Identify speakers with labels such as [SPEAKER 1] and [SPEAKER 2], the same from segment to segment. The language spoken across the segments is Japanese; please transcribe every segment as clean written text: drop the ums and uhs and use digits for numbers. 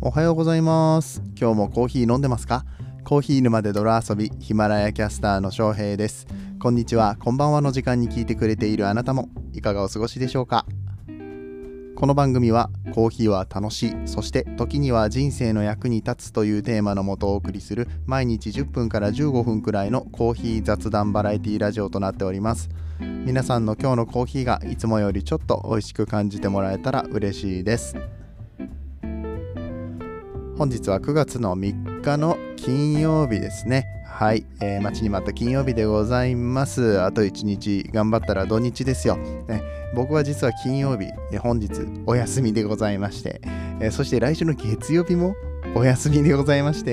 [SPEAKER 1] おはようございます。今日もコーヒー飲んでますか？コーヒー沼で泥遊び、ヒマラヤキャスターの翔平です。こんにちは、こんばんはの時間に聞いてくれているあなたもいかがお過ごしでしょうか？この番組はコーヒーは楽しい、そして時には人生の役に立つというテーマのもとお送りする毎日10分から15分くらいのコーヒー雑談バラエティラジオとなっております。皆さんの今日のコーヒーがいつもよりちょっと美味しく感じてもらえたら嬉しいです。本日は9月の3日の金曜日ですね。はい、待ちに待った金曜日でございます。あと1日頑張ったら土日ですよ、僕は実は金曜日、本日お休みでございまして、そして来週の月曜日もお休みでございまして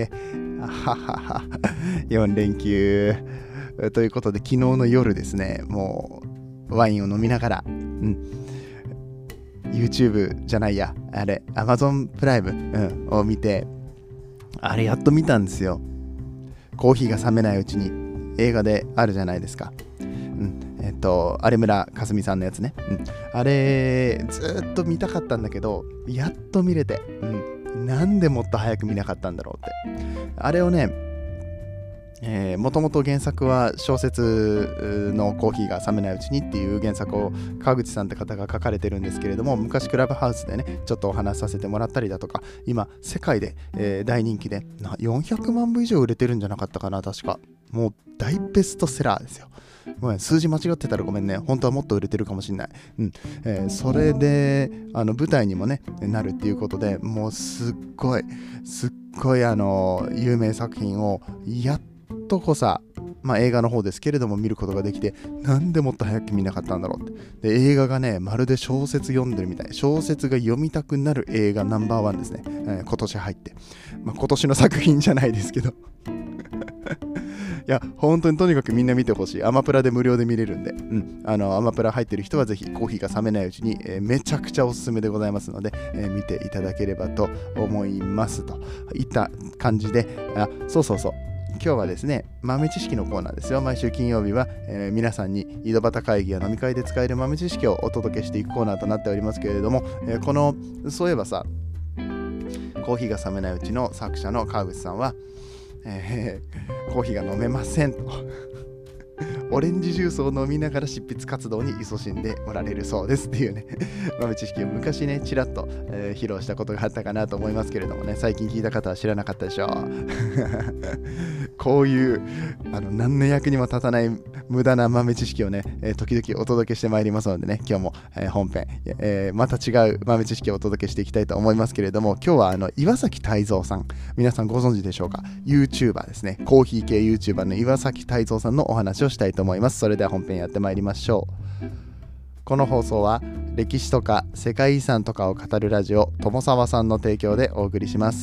[SPEAKER 1] 、4連休ということで、昨日の夜ですね、もうワインを飲みながら、YouTube じゃないや、あれ Amazon プライム、を見て、あれやっと見たんですよ。コーヒーが冷めないうちに、映画であるじゃないですか。有村架純さんのやつね、あれずっと見たかったんだけど、やっと見れて、なんでもっと早く見なかったんだろうって。あれをね、もともと原作は小説のコーヒーが冷めないうちにっていう原作を川口さんって方が書かれてるんですけれども、昔クラブハウスでねちょっとお話しさせてもらったりだとか、今世界で、大人気で400万部以上売れてるんじゃなかったかな、確か。もう大ベストセラーですよ。ごめん、数字間違ってたらごめんね。本当はもっと売れてるかもしれない。それで舞台にもねなるっていうことで、もうすっごい有名作品をやっとこさ、映画の方ですけれども見ることができて、なんでもっと早く見なかったんだろうって。で、映画がねまるで小説読んでるみたい。小説が読みたくなる映画ナンバーワンですね、今年入って、今年の作品じゃないですけどいや本当にとにかくみんな見てほしい。アマプラで無料で見れるんで、アマプラ入ってる人はぜひコーヒーが冷めないうちに、めちゃくちゃおすすめでございますので、見ていただければと思いますといった感じで、そう今日はですね、豆知識のコーナーですよ。毎週金曜日は、皆さんに井戸端会議や飲み会で使える豆知識をお届けしていくコーナーとなっておりますけれども、そういえばさ、コーヒーが冷めないうちの作者の川口さんは、コーヒーが飲めませんとオレンジジュースを飲みながら執筆活動に勤しんでおられるそうですっていうね豆知識を昔ねちらっと、披露したことがあったかなと思いますけれどもね、最近聞いた方は知らなかったでしょうこういう何の役にも立たない無駄な豆知識をね、時々お届けしてまいりますのでね、今日も、本編、また違う豆知識をお届けしていきたいと思いますけれども、今日は岩崎泰三さん、皆さんご存知でしょうか。 YouTuber ですね、コーヒー系 YouTuber の岩崎泰三さんのお話をしたいと思います。それでは本編やってまいりましょう。この放送は歴史とか世界遺産とかを語るラジオ友沢さんの提供でお送りします。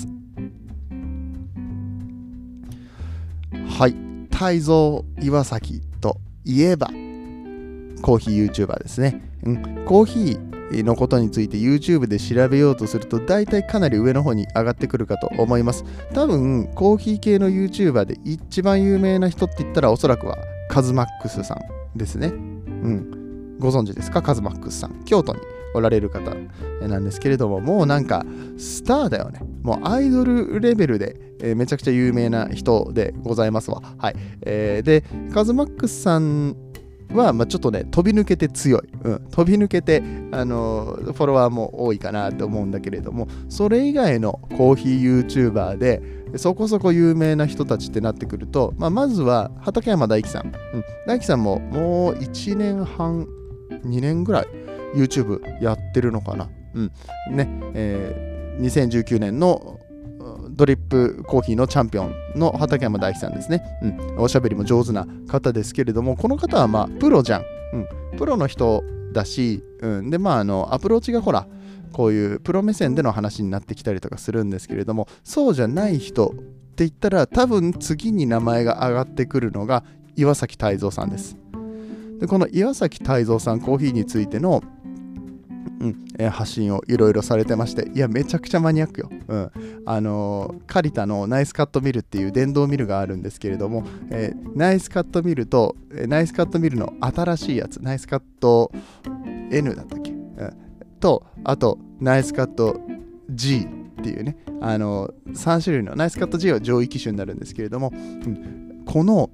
[SPEAKER 1] はい、泰造岩崎といえばコーヒー YouTuber ですね。コーヒーのことについて YouTube で調べようとすると、大体かなり上の方に上がってくるかと思います。多分コーヒー系の YouTuber で一番有名な人って言ったら、おそらくはカズマックスさんですね。ご存知ですか？カズマックスさん、京都におられる方なんですけれども、もうなんかスターだよね。もうアイドルレベルで、めちゃくちゃ有名な人でございますわ。はい。で、カズマックスさんは、ちょっとね飛び抜けて強い、飛び抜けてフォロワーも多いかなと思うんだけれども、それ以外のコーヒー YouTuber でそこそこ有名な人たちってなってくると、まずは畠山大樹さん、大樹さんももう1年半2年ぐらい YouTube やってるのかな。2019年のドリップコーヒーのチャンピオンの畠山大樹さんですね。おしゃべりも上手な方ですけれども、この方はプロじゃん。プロの人だし、でアプローチがほらこういうプロ目線での話になってきたりとかするんですけれども、そうじゃない人って言ったら多分次に名前が上がってくるのが岩崎泰三さんです。で、この岩崎泰三さん、コーヒーについての発信をいろいろされてまして、いやめちゃくちゃマニアックよ。カリタのナイスカットミルっていう電動ミルがあるんですけれども、ナイスカットミルと、ナイスカットミルの新しいやつ、ナイスカット N だったっけ、とあとナイスカット G っていうね、3種類のナイスカット G は上位機種になるんですけれども、この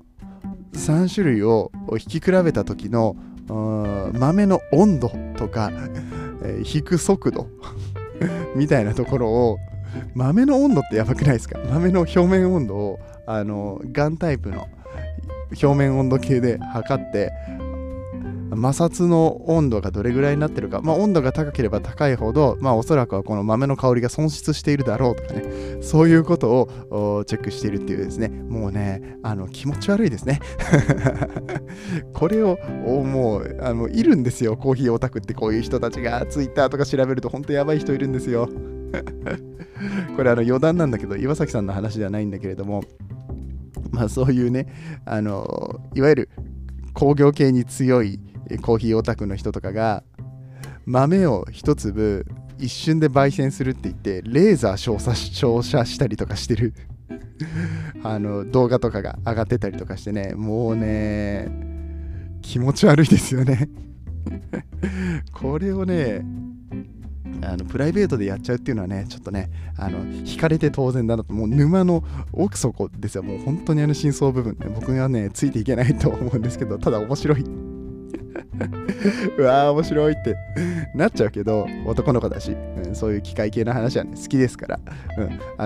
[SPEAKER 1] 3種類を引き比べた時の豆の温度とか、引く速度みたいなところを、豆の温度ってやばくないですか？豆の表面温度をガンタイプの表面温度計で測って、摩擦の温度がどれぐらいになってるか、温度が高ければ高いほど、おそらくはこの豆の香りが損失しているだろうとかね、そういうことをチェックしているっていうですね、もうね、気持ち悪いですね。これをもういるんですよ、コーヒーオタクって。こういう人たちがツイッターとか調べると本当やばい人いるんですよ。これ余談なんだけど、岩崎さんの話ではないんだけれども、そういうね、いわゆる工業系に強いコーヒーオタクの人とかが、豆を一粒一瞬で焙煎するって言ってレーザー照射したりとかしてる動画とかが上がってたりとかしてね、もうね、気持ち悪いですよね。これをね、プライベートでやっちゃうっていうのはね、ちょっとね、惹かれて当然だなと。もう沼の奥底ですよ。もう本当に深層部分で、僕がねついていけないと思うんですけど、ただ面白い。うわー面白いってなっちゃうけど、男の子だし、そういう機械系の話は、ね、好きですから、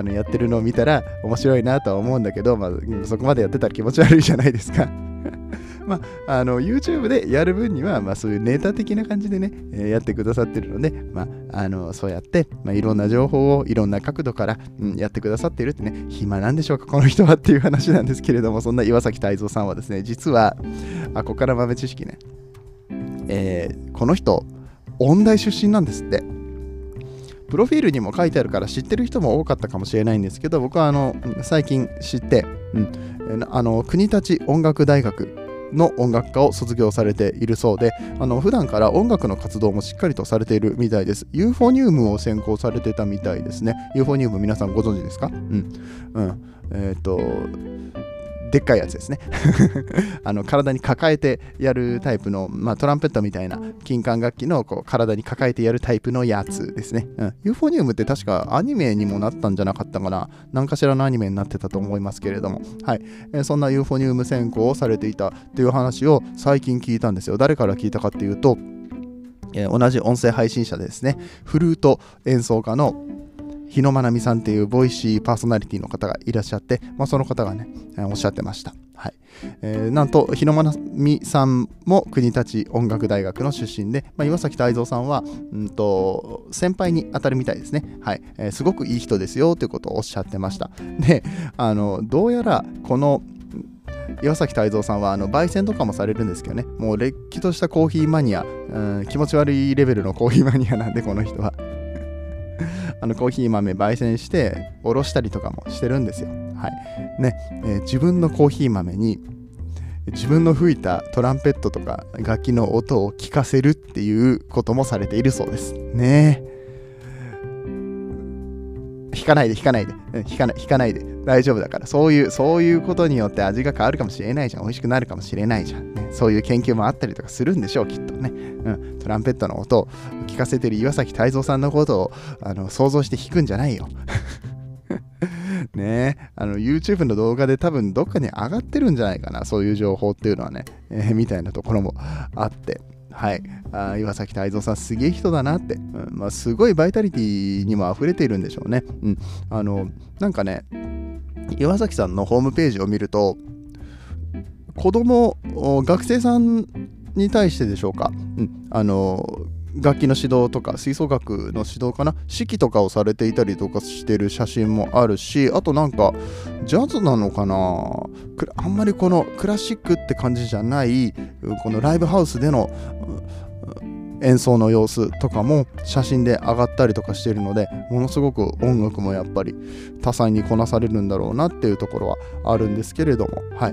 [SPEAKER 1] やってるのを見たら面白いなとは思うんだけど、そこまでやってたら気持ち悪いじゃないですか。YouTube でやる分には、そういうネタ的な感じでね、やってくださってるので、そうやって、いろんな情報をいろんな角度から、やってくださっているってね、暇なんでしょうか、この人はっていう話なんですけれども、そんな岩崎泰三さんはですね、実は、ここから豆知識ね、この人、音大出身なんですって。プロフィールにも書いてあるから知ってる人も多かったかもしれないんですけど、僕は最近知って、国立音楽大学の音楽科を卒業されているそうで、普段から音楽の活動もしっかりとされているみたいです。ユーフォニウムを専攻されてたみたいですね。ユーフォニウム皆さんご存知ですか？でっかいやつですね。体に抱えてやるタイプの、トランペットみたいな金管楽器の体に抱えてやるタイプのやつですね。ユーフォニウムって確かアニメにもなったんじゃなかったかな。何かしらのアニメになってたと思いますけれども、はい。そんなユーフォニウム専攻をされていたっていう話を最近聞いたんですよ。誰から聞いたかっていうと、同じ音声配信者でですね、フルート演奏家の日野愛美さんっていうボイシーパーソナリティの方がいらっしゃって、その方がね、おっしゃってました。はい。なんと日野愛美さんも国立音楽大学の出身で、岩崎泰三さんは先輩に当たるみたいですね。はい。すごくいい人ですよということをおっしゃってました。で、どうやらこの岩崎泰三さんは焙煎とかもされるんですけどね、もうれっきとしたコーヒーマニア、気持ち悪いレベルのコーヒーマニアなんで、この人は。コーヒー豆焙煎しておろしたりとかもしてるんですよ。はいね。自分のコーヒー豆に自分の吹いたトランペットとか楽器の音を聞かせるっていうこともされているそうですね。弾かないで大丈夫だから、そういうことによって味が変わるかもしれないじゃん、美味しくなるかもしれないじゃん、ね、そういう研究もあったりとかするんでしょう、きっとね。トランペットの音を聞かせてる岩崎泰三さんのことを想像して弾くんじゃないよ。ねえ、YouTube の動画で多分どっかに上がってるんじゃないかな、そういう情報っていうのはね、みたいなところもあって、はい、岩崎泰三さんすげえ人だなって、すごいバイタリティにも溢れているんでしょうね。なんかね、岩崎さんのホームページを見ると、学生さんに対してでしょうか、楽器の指導とか吹奏楽の指導かな、指揮とかをされていたりとかしてる写真もあるし、あとなんかジャズなのかな、あんまりこのクラシックって感じじゃないこのライブハウスでの演奏の様子とかも写真で上がったりとかしているので、ものすごく音楽もやっぱり多彩にこなされるんだろうなっていうところはあるんですけれども、はい、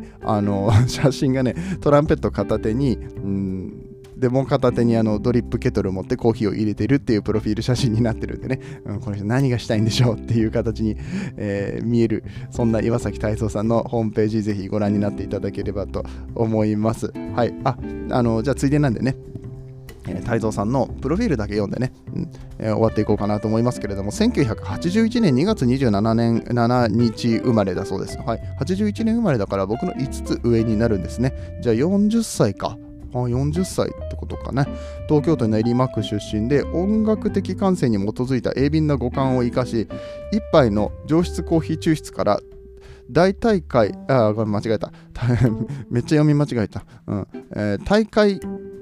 [SPEAKER 1] 写真がね、トランペット片手にでも片手にドリップケトル持ってコーヒーを入れてるっていうプロフィール写真になってるんでね、この人何がしたいんでしょうっていう形に、見える、そんな岩崎泰三さんのホームページぜひご覧になっていただければと思います。はい。じゃあついでなんでね、 泰造さんのプロフィールだけ読んでね、終わっていこうかなと思いますけれども、1981年2月27日生まれだそうです。はい、81年生まれだから僕の5つ上になるんですね。じゃあ40歳か。40歳ってことかね。東京都練馬区出身で、音楽的感性に基づいた鋭敏な五感を生かし、一杯の上質コーヒー抽出から大大会、ごめん間違えた。めっちゃ読み間違えた。大会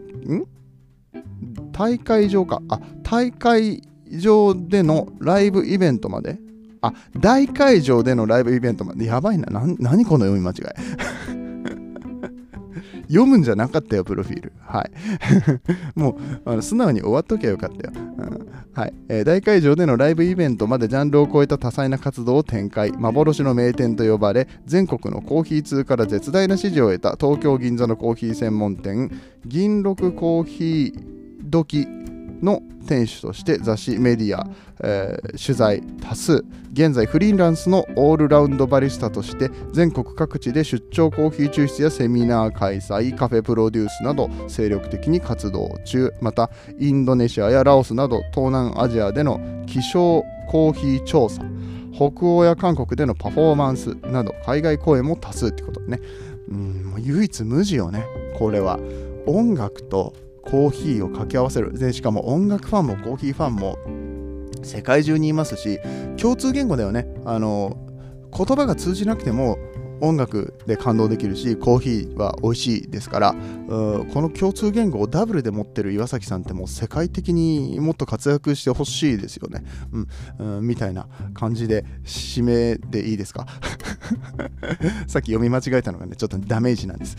[SPEAKER 1] 場でのライブイベントまで。大会場でのライブイベントまで。やばいな。何この読み間違い。読むんじゃなかったよ、プロフィール。はい。もう素直に終わっときゃよかったよ。はい。大会場でのライブイベントまでジャンルを超えた多彩な活動を展開。幻の名店と呼ばれ、全国のコーヒー通から絶大な支持を得た東京銀座のコーヒー専門店、銀六コーヒー時の店主として雑誌、メディア、取材多数。現在フリーランスのオールラウンドバリスタとして全国各地で出張コーヒー抽出やセミナー開催、カフェプロデュースなど精力的に活動中。またインドネシアやラオスなど東南アジアでの希少コーヒー調査、北欧や韓国でのパフォーマンスなど海外公演も多数ってことでね。もう唯一無二よね。これは音楽とコーヒーを掛け合わせる。でしかも音楽ファンもコーヒーファンも世界中にいますし、共通言語だよね。言葉が通じなくても音楽で感動できるし、コーヒーは美味しいですから、この共通言語をダブルで持ってる岩崎さんってもう世界的にもっと活躍してほしいですよね。みたいな感じで締めでいいですか？さっき読み間違えたのがね、ちょっとダメージなんです。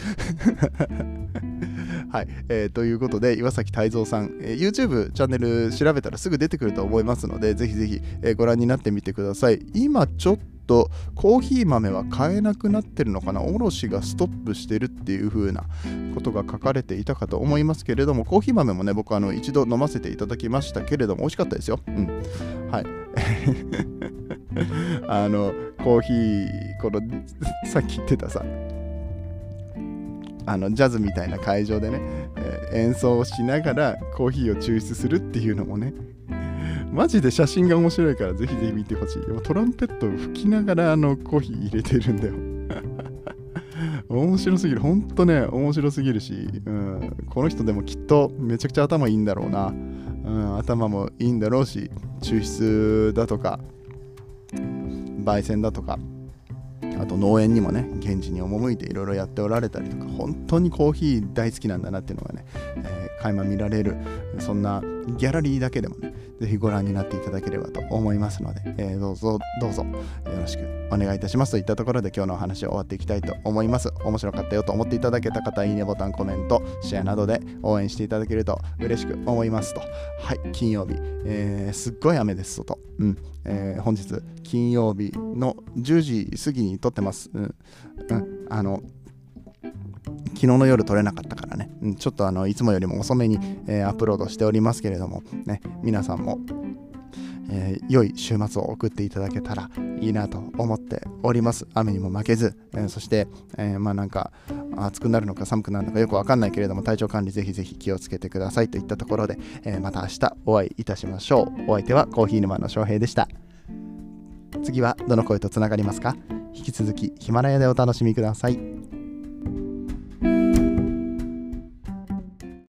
[SPEAKER 1] はい、ということで岩崎泰造さん、YouTube チャンネル調べたらすぐ出てくると思いますので、ぜひぜひ、ご覧になってみてください。今ちょっとコーヒー豆は買えなくなってるのかな、卸がストップしてるっていう風なことが書かれていたかと思いますけれども、コーヒー豆もね、僕一度飲ませていただきましたけれども美味しかったですよ。はいコーヒー、このさっき言ってたさ、ジャズみたいな会場でね、演奏をしながらコーヒーを抽出するっていうのもね、マジで写真が面白いからぜひぜひ見てほしい。トランペットを吹きながらコーヒー入れてるんだよ。面白すぎる。ほんとね、面白すぎるし、この人でもきっとめちゃくちゃ頭いいんだろうな。頭もいいんだろうし、抽出だとか焙煎だとか、あと農園にもね、現地に赴いていろいろやっておられたりとか、本当にコーヒー大好きなんだなっていうのがね、垣間見られる、そんなギャラリーだけでもね、ぜひご覧になっていただければと思いますので、どうぞよろしくお願いいたしますといったところで、今日のお話を終わっていきたいと思います。面白かったよと思っていただけた方、いいねボタン、コメント、シェアなどで応援していただけると嬉しく思いますと。はい、金曜日、すっごい雨です、外。本日金曜日の10時過ぎに撮ってます。昨日の夜撮れなかったからね、ちょっといつもよりも遅めに、アップロードしておりますけれども、ね、皆さんも、良い週末を送っていただけたらいいなと思っております。雨にも負けず、そして、なんか暑くなるのか寒くなるのかよくわかんないけれども、体調管理ぜひぜひ気をつけてくださいといったところで、また明日お会いいたしましょう。お相手はコーヒー沼の翔平でした。次はどの声とつながりますか？引き続きヒマラヤでお楽しみください。